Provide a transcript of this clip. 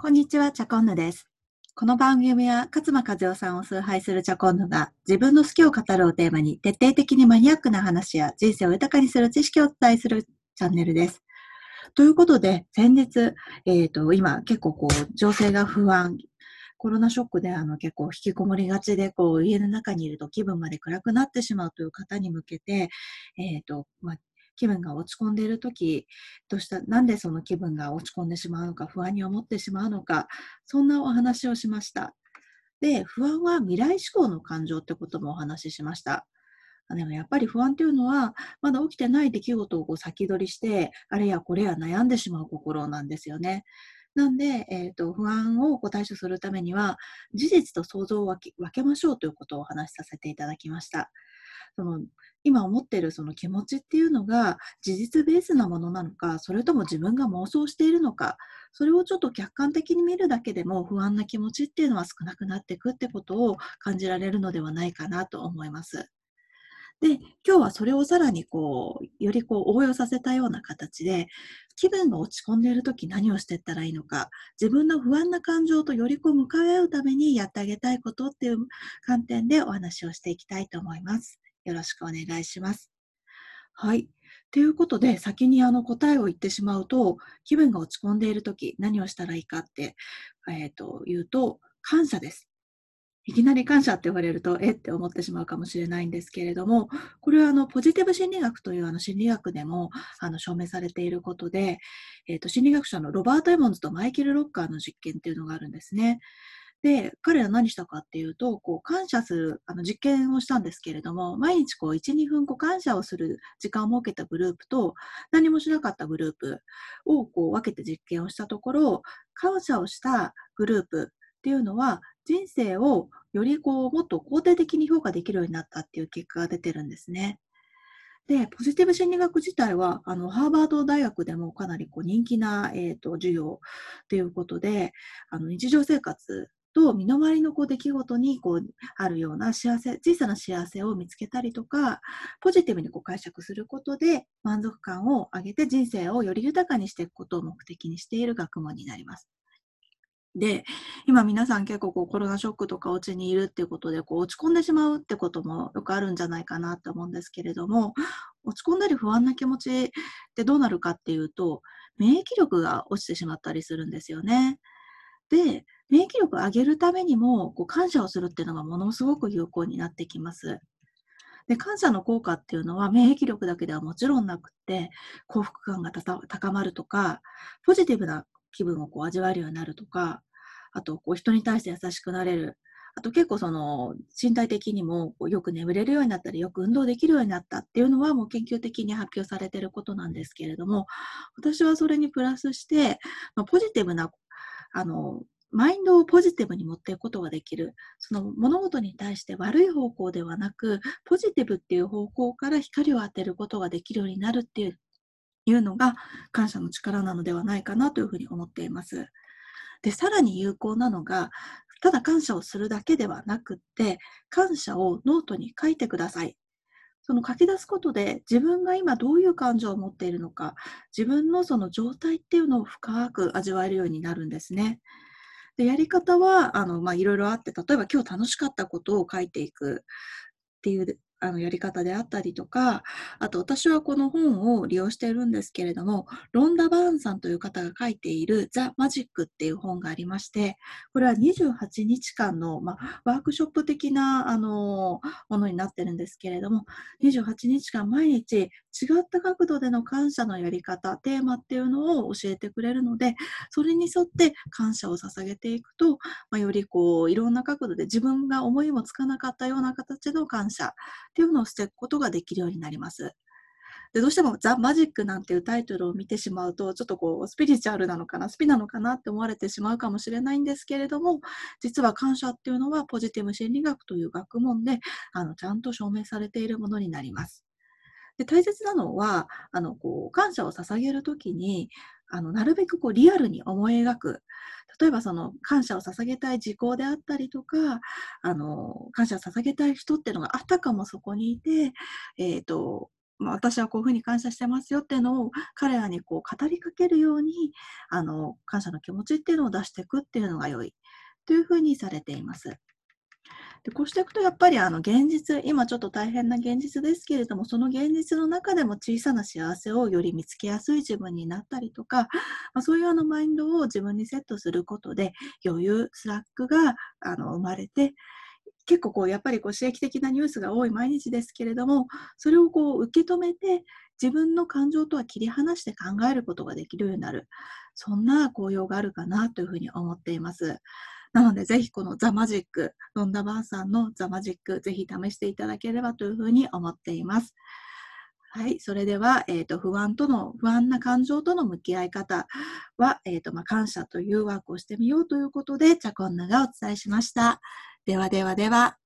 こんにちは、チャコンヌです。この番組は勝間和代さんを崇拝するチャコンヌが自分の好きを語るをテーマに徹底的にマニアックな話や人生を豊かにする知識をお伝えするチャンネルです。ということで、先日、今結構情勢が不安、コロナショックで結構引きこもりがちで家の中にいると気分まで暗くなってしまうという方に向けて、気分が落ち込んでいるとき、なんでその気分が落ち込んでしまうのか、不安に思ってしまうのか、そんなお話をしました。で、不安は未来志向の感情ってこともお話ししました。でもやっぱり不安というのは、まだ起きてない出来事を先取りして、あれやこれや悩んでしまう心なんですよね。なんで、不安を対処するためには、事実と想像を分けましょうということをお話しさせていただきました。その今思っているその気持ちっていうのが事実ベースなものなのか、それとも自分が妄想しているのか、それをちょっと客観的に見るだけでも不安な気持ちっていうのは少なくなっていくってことを感じられるのではないかなと思います。で、今日はそれをさらにより応用させたような形で、気分が落ち込んでいるとき何をしていったらいいのか、自分の不安な感情とより向かい合うためにやってあげたいことっていう観点でお話をしていきたいと思います。よろしくお願いします。はい。ということで、先に答えを言ってしまうと、気分が落ち込んでいるとき何をしたらいいかって、言うと、感謝です。いきなり感謝って言われると、って思ってしまうかもしれないんですけれども、これはポジティブ心理学という心理学でも証明されていることで、心理学者のロバート・エモンズとマイケル・ロッカーの実験っていうのがあるんですね。で、彼ら何したかっていうと、感謝する実験をしたんですけれども、毎日1、2分感謝をする時間を設けたグループと、何もしなかったグループを分けて実験をしたところ、感謝をしたグループっていうのは、人生をよりもっと肯定的に評価できるようになったっていう結果が出てるんですね。で、ポジティブ心理学自体は、ハーバード大学でもかなり人気な、授業ということで、日常生活と身の回りの出来事にあるような小さな幸せを見つけたりとか、ポジティブに解釈することで満足感を上げて人生をより豊かにしていくことを目的にしている学問になります。で、今皆さん結構コロナショックとかお家にいるっていうことで落ち込んでしまうってこともよくあるんじゃないかなって思うんですけれども、落ち込んだり不安な気持ちってどうなるかっていうと、免疫力が落ちてしまったりするんですよね。で、免疫力を上げるためにも感謝をするっていうのがものすごく有効になってきます。で、感謝の効果っていうのは免疫力だけではもちろんなくって、幸福感が高まるとか、ポジティブな気分を味わえるようになるとか、あと人に対して優しくなれる。あと結構身体的にもよく眠れるようになったり、よく運動できるようになったっていうのはもう研究的に発表されていることなんですけれども、私はそれにプラスして、ポジティブなあのマインドをポジティブに持っていくことができる。その物事に対して悪い方向ではなく、ポジティブっていう方向から光を当てることができるようになるっていうのが感謝の力なのではないかなというふうに思っています。で、さらに有効なのが、ただ感謝をするだけではなくって、感謝をノートに書いてください。その書き出すことで自分が今どういう感情を持っているのか、自分のその状態っていうのを深く味わえるようになるんですね。で、やり方は、いろいろあって、例えば今日楽しかったことを書いていくっていうやり方であったりとか、あと私はこの本を利用しているんですけれども、ロンダ・バーンさんという方が書いているザ・マジックっていう本がありまして、これは28日間の、ワークショップ的なものになってるんですけれども、28日間毎日違った角度での感謝のやり方、テーマっていうのを教えてくれるので、それに沿って感謝を捧げていくと、よりいろんな角度で自分が思いもつかなかったような形の感謝っていうのをしていくことができるようになります。で、どうしてもザ・マジックなんていうタイトルを見てしまうと、ちょっとスピリチュアルなのかな、スピなのかなって思われてしまうかもしれないんですけれども、実は感謝っていうのはポジティブ心理学という学問で、ちゃんと証明されているものになります。で、大切なのは、感謝を捧げるときに、なるべくリアルに思い描く。例えばその感謝を捧げたい事項であったりとか、感謝を捧げたい人っていうのがあたかもそこにいて、 私はこういうふうに感謝してますよっていうのを彼らにこう語りかけるように、感謝の気持ちっていうのを出していくっていうのが良いというふうにされています。で、こうしていくとやっぱり現実、今ちょっと大変な現実ですけれども、その現実の中でも小さな幸せをより見つけやすい自分になったりとか、そういうマインドを自分にセットすることで、余裕、スラックが生まれて、結構やっぱり刺激的なニュースが多い毎日ですけれども、それを受け止めて、自分の感情とは切り離して考えることができるようになる。そんな効用があるかなというふうに思っています。なので、ぜひこのザ・マジック、ロンダ・バーさんのザ・マジック、ぜひ試していただければというふうに思っています。はい。それでは、不安な感情との向き合い方は、感謝というワークをしてみようということで、チャコンヌがお伝えしました。ではではでは。